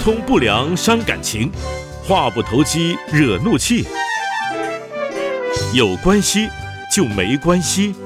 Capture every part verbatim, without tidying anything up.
通不良伤感情，话不投机惹怒气。有关系就没关系。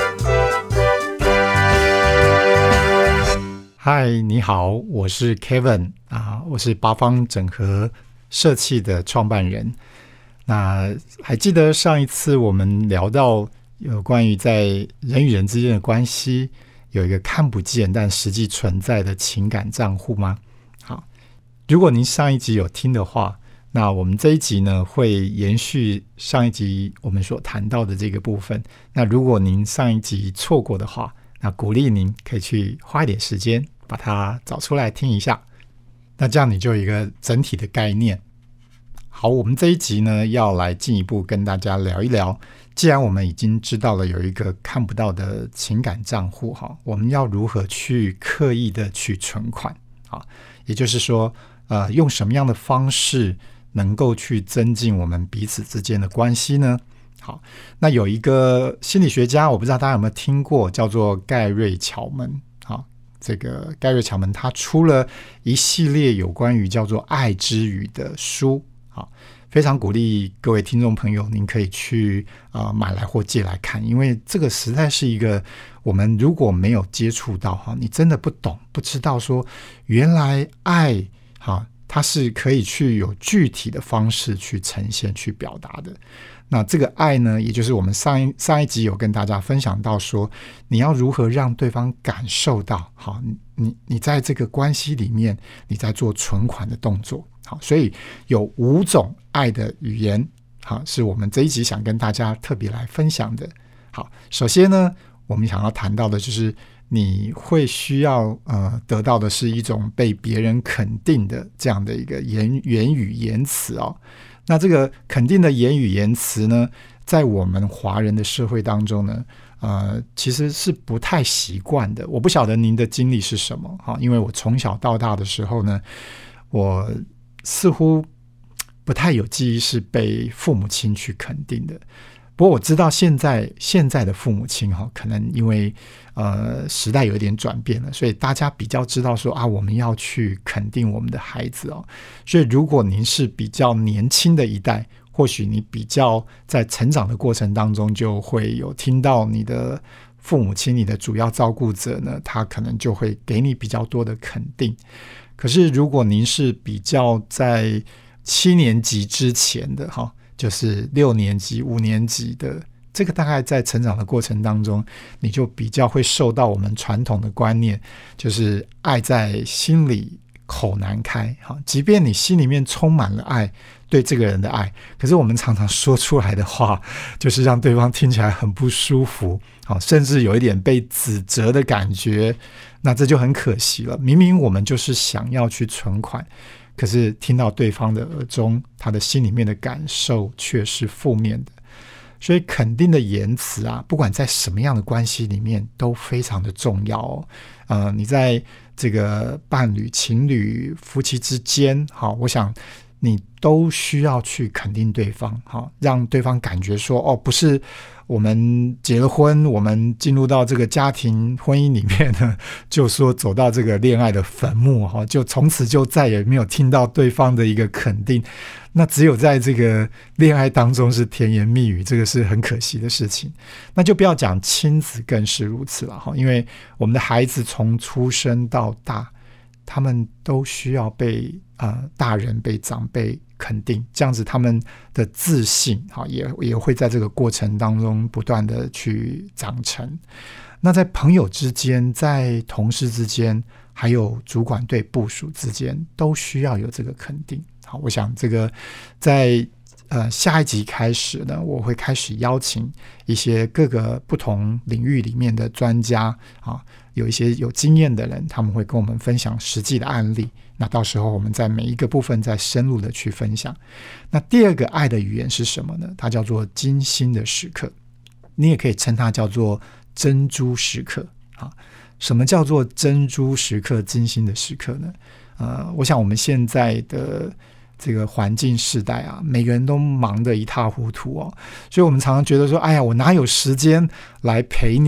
嗨，你好，我是 Kevin 啊，我是八方整合社企的创办人。那还记得上一次我们聊到有关于在人与人之间的关系有一个看不见但实际存在的情感账户吗？好，如果您上一集有听的话，那我们这一集呢会延续上一集我们所谈到的这个部分。那如果您上一集错过的话，那鼓励您可以去花一点时间把它找出来听一下，那这样你就有一个整体的概念。好，我们这一集呢要来进一步跟大家聊一聊，既然我们已经知道了有一个看不到的情感账户，我们要如何去刻意的去存款，也就是说呃，用什么样的方式能够去增进我们彼此之间的关系呢？好，那有一个心理学家，我不知道大家有没有听过，叫做盖瑞乔门。好，这个盖瑞乔门他出了一系列有关于叫做爱之语的书，好，非常鼓励各位听众朋友您可以去、呃、买来或借来看，因为这个实在是一个我们如果没有接触到，你真的不懂不知道说原来爱它是可以去有具体的方式去呈现去表达的。那这个爱呢，也就是我们上一上一集有跟大家分享到说，你要如何让对方感受到，好，你你在这个关系里面，你在做存款的动作。好，所以有五种爱的语言，好，是我们这一集想跟大家特别来分享的。好，首先呢，我们想要谈到的就是你会需要呃得到的是一种被别人肯定的这样的一个言言语言辞哦。那这个肯定的言语言辞呢，在我们华人的社会当中呢，呃，其实是不太习惯的。我不晓得您的经历是什么，因为我从小到大的时候呢，我似乎不太有记忆是被父母亲去肯定的。不过我知道现在现在的父母亲可能因为呃时代有一点转变了，所以大家比较知道说啊，我们要去肯定我们的孩子哦。所以如果您是比较年轻的一代，或许你比较在成长的过程当中就会有听到你的父母亲，你的主要照顾者呢，他可能就会给你比较多的肯定。可是如果您是比较在七年级之前的哈，就是六年级五年级的，这个大概在成长的过程当中，你就比较会受到我们传统的观念，就是爱在心里口难开。即便你心里面充满了爱，对这个人的爱，可是我们常常说出来的话就是让对方听起来很不舒服，甚至有一点被指责的感觉，那这就很可惜了。明明我们就是想要去存款，可是听到对方的耳中，他的心里面的感受却是负面的。所以肯定的言辞啊，不管在什么样的关系里面都非常的重要哦。呃，你在这个伴侣、情侣、夫妻之间，好，我想你都需要去肯定对方，好，让对方感觉说，哦，不是我们结了婚，我们进入到这个家庭婚姻里面呢，就说走到这个恋爱的坟墓，就从此就再也没有听到对方的一个肯定。那只有在这个恋爱当中是甜言蜜语，这个是很可惜的事情。那就不要讲亲子更是如此了，因为我们的孩子从出生到大，他们都需要被、呃、大人被长辈肯定，这样子他们的自信也, 也会在这个过程当中不断的去长成。那在朋友之间，在同事之间，还有主管对部属之间，都需要有这个肯定。好，我想这个在呃下一集开始呢，我会开始邀请一些各个不同领域里面的专家啊，有一些有经验的人，他们会跟我们分享实际的案例。那到时候我们在每一个部分再深入的去分享。那第二个爱的语言是什么呢？它叫做精心的时刻，你也可以称它叫做珍珠时刻。好，什么叫做珍珠时刻、精心的时刻呢？呃，我想我们现在的这个环境世代啊，每个人都忙得一塌糊涂哦，所以我们常常觉得说，哎呀，我哪有时间来陪你啊？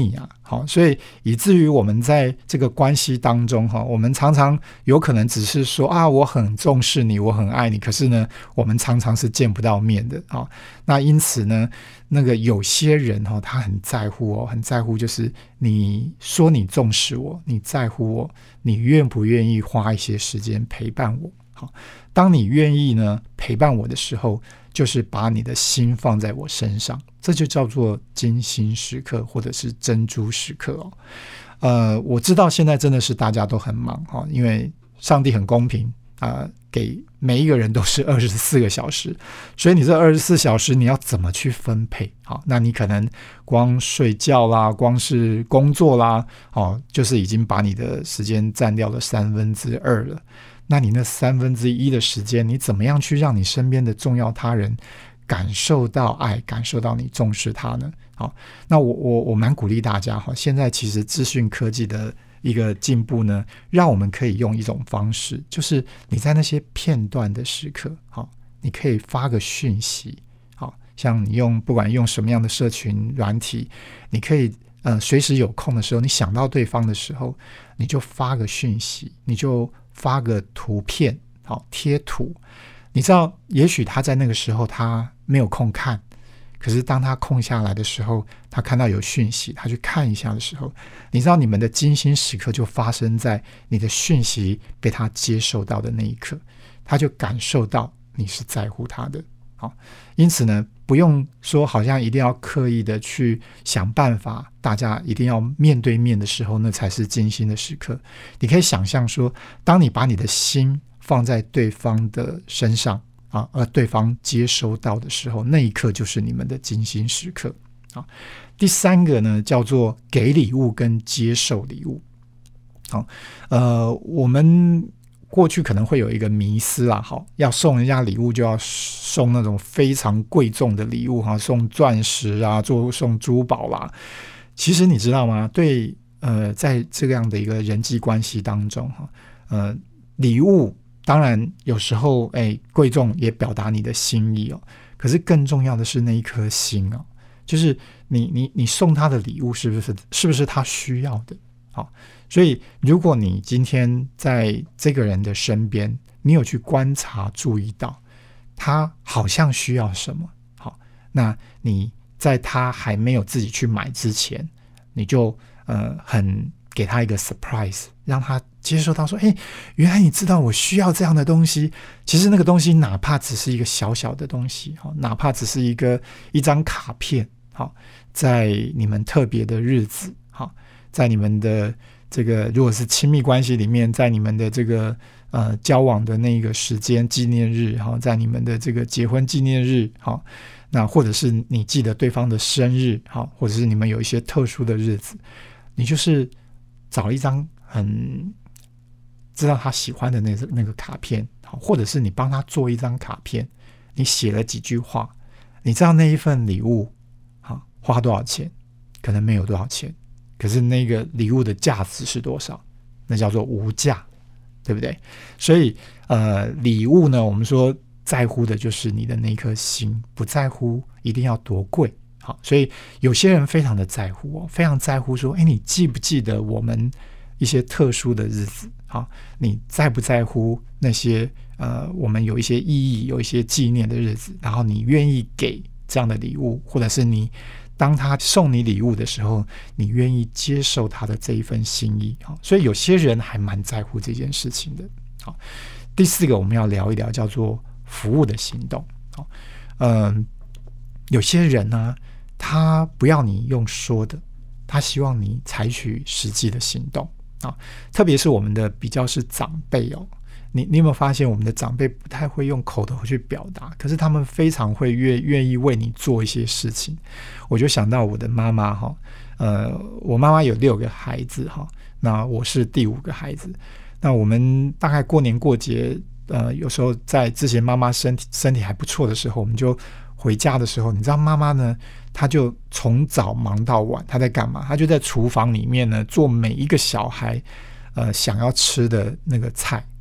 好，所以以至于我们在这个关系当中哈，我们常常有可能只是说啊，我很重视你，我很爱你，可是呢，我们常常是见不到面的啊。那因此呢，那个有些人哈，他很在乎哦，很在乎，就是你说你重视我，你在乎我，你愿不愿意花一些时间陪伴我？好，当你愿意呢陪伴我的时候，就是把你的心放在我身上，这就叫做精心时刻或者是珍珠时刻哦。呃，我知道现在真的是大家都很忙哈、哦，因为上帝很公平啊、呃，给每一个人都是二十四个小时，所以你这二十四小时你要怎么去分配？好，那你可能光睡觉啦，光是工作啦，哦，就是已经把你的时间占掉了三分之二了。那你那三分之一的时间，你怎么样去让你身边的重要他人感受到爱，感受到你重视他呢？好，那我我我蛮鼓励大家哈，现在其实资讯科技的一个进步呢，让我们可以用一种方式，就是你在那些片段的时刻，好，你可以发个讯息，好，像你用不管用什么样的社群软体，你可以呃随时有空的时候，你想到对方的时候，你就发个讯息，你就发个图片，好，贴图。你知道也许他在那个时候他没有空看，可是当他空下来的时候，他看到有讯息，他去看一下的时候，你知道你们的精心时刻就发生在你的讯息被他接受到的那一刻，他就感受到你是在乎他的。好，因此呢，不用说好像一定要刻意的去想办法，大家一定要面对面的时候，那才是精心的时刻。你可以想象说，当你把你的心放在对方的身上啊，而对方接收到的时候，那一刻就是你们的精心时刻啊。第三个呢，叫做给礼物跟接受礼物。好，呃，我们过去可能会有一个迷思啦，好，要送人家礼物就要送那种非常贵重的礼物哈，送钻石啊，做送珠宝啦。其实你知道吗？对，呃，在这样的一个人际关系当中哈，呃，礼物当然有时候哎贵重也表达你的心意哦，可是更重要的是那一颗心哦，就是你你你送他的礼物是不是是不是他需要的？好，所以如果你今天在这个人的身边，你有去观察注意到他好像需要什么，好，那你在他还没有自己去买之前，你就呃很给他一个 surprise， 让他接受到说，哎，原来你知道我需要这样的东西。其实那个东西哪怕只是一个小小的东西，哪怕只是一个一张卡片，在你们特别的日子，在你们的这个如果是亲密关系里面，在你们的这个呃交往的那个时间纪念日，在你们的这个结婚纪念日，那或者是你记得对方的生日，或者是你们有一些特殊的日子，你就是找一张很知道他喜欢的那个那个卡片，或者是你帮他做一张卡片，你写了几句话，你知道那一份礼物花多少钱？可能没有多少钱，可是那个礼物的价值是多少？那叫做无价，对不对？所以呃，礼物呢，我们说在乎的就是你的那颗心，不在乎一定要多贵。好，所以有些人非常的在乎哦，非常在乎说，哎，你记不记得我们一些特殊的日子？好，你在不在乎那些呃，我们有一些意义、有一些纪念的日子？然后你愿意给这样的礼物，或者是你当他送你礼物的时候，你愿意接受他的这一份心意。所以有些人还蛮在乎这件事情的。好，第四个我们要聊一聊叫做服务的行动。好，嗯，有些人呢，他不要你用说的，他希望你采取实际的行动啊。特别是我们的比较是长辈哦，你你有没有发现我们的长辈不太会用口头去表达，可是他们非常会愿愿意为你做一些事情。我就想到我的妈妈哈，呃，我妈妈有六个孩子哈，那我是第五个孩子。那我们大概过年过节，呃，有时候在之前妈妈身体身体还不错的时候，我们就回家的时候，你知道妈妈呢，她就从早忙到晚，她在干嘛？她就在厨房里面呢，做每一个小孩呃想要吃的那个菜。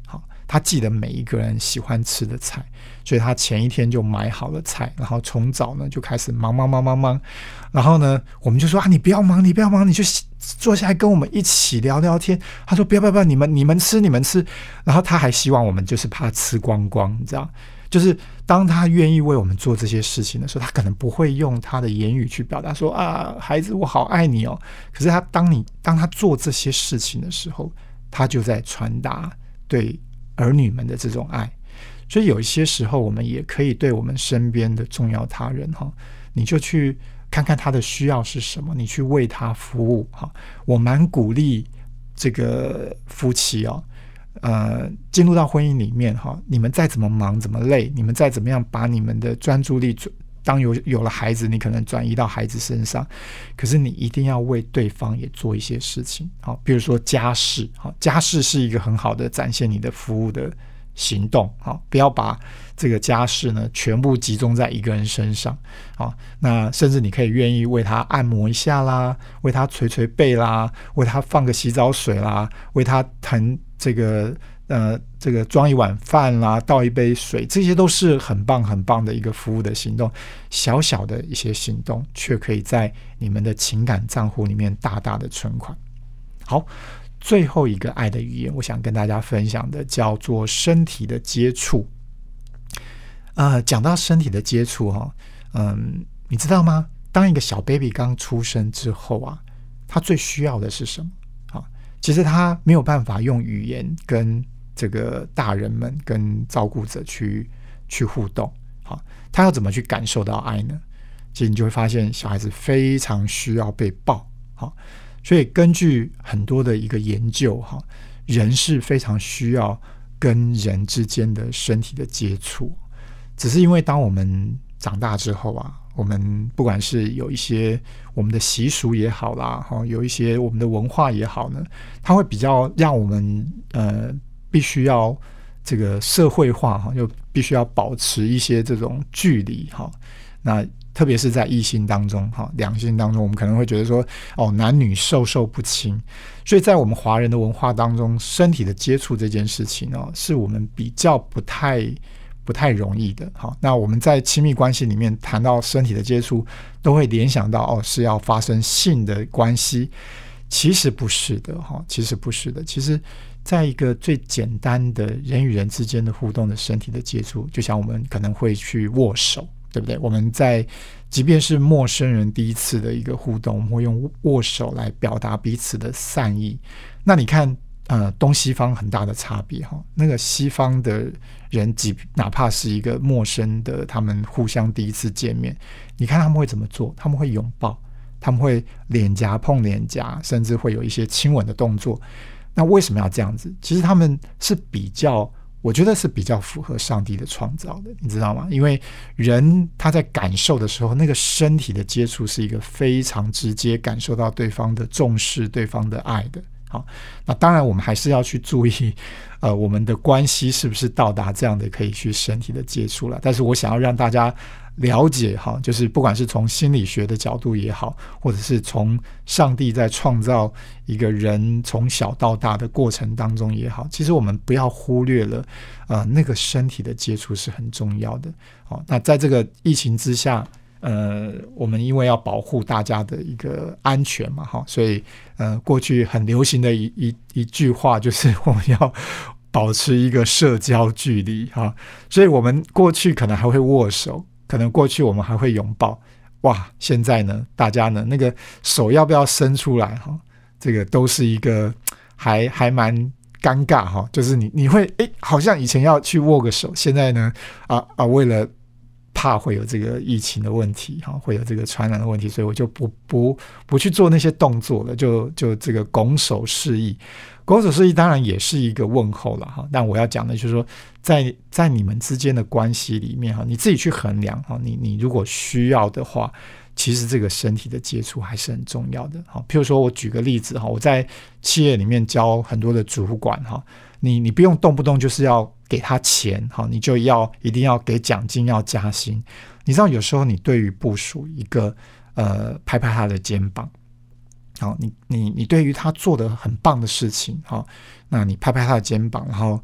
他记得每一个人喜欢吃的菜，所以他前一天就买好了菜，然后从早呢就开始忙忙忙忙忙，然后呢我们就说啊，你不要忙，你不要忙，你就坐下来跟我们一起聊聊天。他说不要不要不要，你们你们吃你们吃，然后他还希望我们就是把它吃光光，你知道，就是当他愿意为我们做这些事情的时候，他可能不会用他的言语去表达说啊，孩子我好爱你哦，可是他当你当他做这些事情的时候，他就在传达对儿女们的这种爱。所以有一些时候我们也可以对我们身边的重要他人，你就去看看他的需要是什么，你去为他服务。我蛮鼓励这个夫妻哦，呃，进入到婚姻里面，你们再怎么忙怎么累，你们再怎么样把你们的专注力，当有有了孩子，你可能转移到孩子身上，可是你一定要为对方也做一些事情。好，比如说家事，好，家事是一个很好的展现你的服务的行动。好，不要把这个家事呢全部集中在一个人身上。好，那甚至你可以愿意为他按摩一下啦，为他捶捶背啦，为他放个洗澡水啦，为他腾这个呃，这个装一碗饭啦，倒一杯水，这些都是很棒很棒的一个服务的行动。小小的一些行动，却可以在你们的情感账户里面大大的存款。好，最后一个爱的语言，我想跟大家分享的叫做身体的接触。呃，讲到身体的接触哈，嗯，你知道吗？当一个小 baby 刚出生之后啊，他最需要的是什么？啊，其实他没有办法用语言跟这个大人们跟照顾者去去互动。好，他要怎么去感受到爱呢？其实你就会发现小孩子非常需要被抱。好，所以根据很多的一个研究，人是非常需要跟人之间的身体的接触。只是因为当我们长大之后啊，我们不管是有一些我们的习俗也好啦，有一些我们的文化也好呢，它会比较让我们呃必须要这个社会化，就必须要保持一些这种距离。那特别是在异性当中，两性当中，我们可能会觉得说哦，男女授受不亲。所以在我们华人的文化当中，身体的接触这件事情哦，是我们比较不太不太容易的。好，那我们在亲密关系里面谈到身体的接触，都会联想到哦，是要发生性的关系。其实不是的，其实不是的。其实在一个最简单的人与人之间的互动的身体的接触，就像我们可能会去握手，对不对？我们在即便是陌生人第一次的一个互动，我们会用握手来表达彼此的善意。那你看呃，东西方很大的差别哈，那个西方的人，哪怕是一个陌生的，他们互相第一次见面，你看他们会怎么做？他们会拥抱，他们会脸颊碰脸颊，甚至会有一些亲吻的动作。那为什么要这样子？其实他们是比较，我觉得是比较符合上帝的创造的，你知道吗？因为人他在感受的时候，那个身体的接触是一个非常直接感受到对方的重视、对方的爱的。好，那当然我们还是要去注意呃，我们的关系是不是到达这样的可以去身体的接触了。但是我想要让大家了解哈，就是不管是从心理学的角度也好，或者是从上帝在创造一个人从小到大的过程当中也好，其实我们不要忽略了呃，那个身体的接触是很重要的。好，那在这个疫情之下，呃，我们因为要保护大家的一个安全嘛，哈，所以呃，过去很流行的一一一句话就是我们要保持一个社交距离哈，所以我们过去可能还会握手，可能过去我们还会拥抱，哇，现在呢，大家呢那个手要不要伸出来哈，这个都是一个还还蛮尴尬哈，就是你你会诶，好像以前要去握个手，现在呢啊啊，为了怕会有这个疫情的问题，会有这个传染的问题，所以我就不不不去做那些动作了，就就这个拱手示意。拱手示意当然也是一个问候了，但我要讲的就是说，在在你们之间的关系里面，你自己去衡量，你你如果需要的话，其实这个身体的接触还是很重要的。譬如说我举个例子，我在企业里面教很多的主管，你你不用动不动就是要给他钱，你就要一定要给奖金要加薪。你知道有时候你对于部属一个呃拍拍他的肩膀，好，你你你对于他做的很棒的事情，好，那你拍拍他的肩膀，然后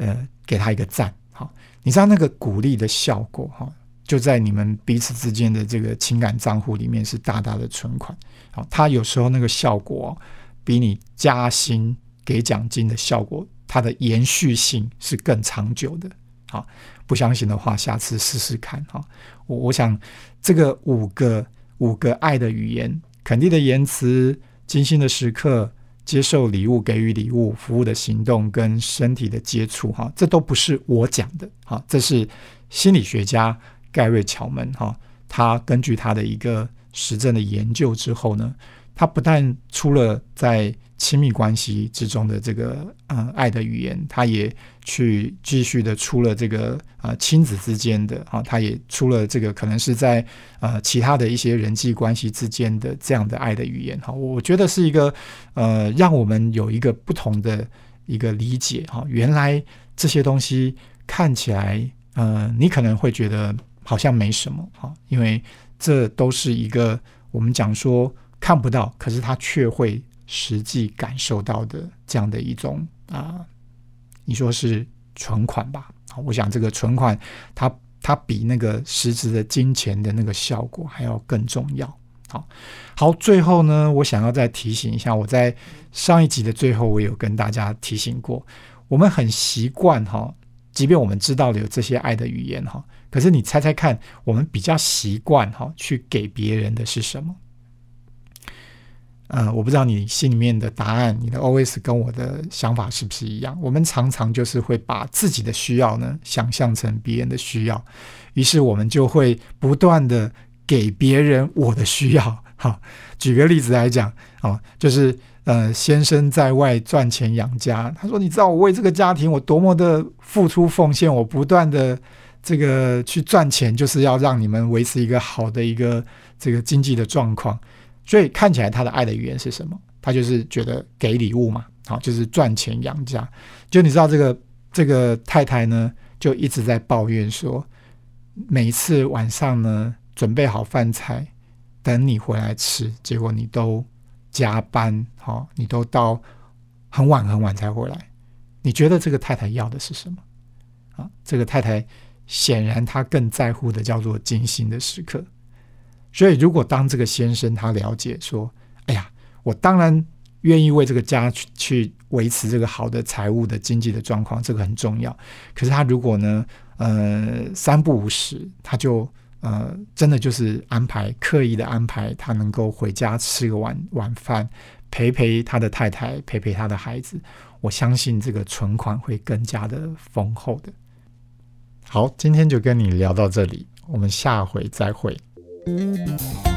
呃给他一个赞。好，你知道那个鼓励的效果哈，就在你们彼此之间的这个情感账户里面是大大的存款。好，它有时候那个效果比你加薪给奖金的效果，它的延续性是更长久的。好，不相信的话，下次试试看。好，我我想这个五个五个爱的语言，肯定的言辞、精心的时刻、接受礼物、给予礼物、服务的行动跟身体的接触，哈，这都不是我讲的，哈，这是心理学家盖瑞乔门，哈，他根据他的一个实证的研究之后呢，他不但出了在亲密关系之中的这个呃爱的语言，他也去继续的出了这个呃亲子之间的啊，他也出了这个可能是在呃其他的一些人际关系之间的这样的爱的语言哈，我觉得是一个呃让我们有一个不同的一个理解哈，原来这些东西看起来呃你可能会觉得好像没什么哈，因为这都是一个我们讲说看不到，可是它却会实际感受到的这样的一种啊、呃，你说是存款吧？我想这个存款它它比那个实质的金钱的那个效果还要更重要。好，好，最后呢，我想要再提醒一下，我在上一集的最后，我有跟大家提醒过，我们很习惯哈，即便我们知道了有这些爱的语言哈，可是你猜猜看，我们比较习惯哈去给别人的是什么？呃，我不知道你心里面的答案，你的 O S 跟我的想法是不是一样？我们常常就是会把自己的需要呢想象成别人的需要，于是我们就会不断的给别人我的需要。好，举个例子来讲，哦，就是呃，先生在外赚钱养家，他说：“你知道我为这个家庭我多么的付出奉献，我不断的这个去赚钱，就是要让你们维持一个好的一个这个经济的状况。”所以看起来他的爱的语言是什么？他就是觉得给礼物嘛，好，就是赚钱养家。就你知道这个这个太太呢，就一直在抱怨说，每一次晚上呢准备好饭菜等你回来吃，结果你都加班，好，你都到很晚很晚才回来。你觉得这个太太要的是什么？啊，这个太太显然她更在乎的叫做精心的时刻。所以如果当这个先生他了解说，哎呀，我当然愿意为这个家去去维持这个好的财务的经济的状况，这个很重要。可是他如果呢呃三不五时，他就呃真的就是安排刻意的安排他能够回家吃个晚晚饭，陪陪他的太太，陪陪他的孩子，我相信这个存款会更加的丰厚的。好，今天就跟你聊到这里，我们下回再会。嗯。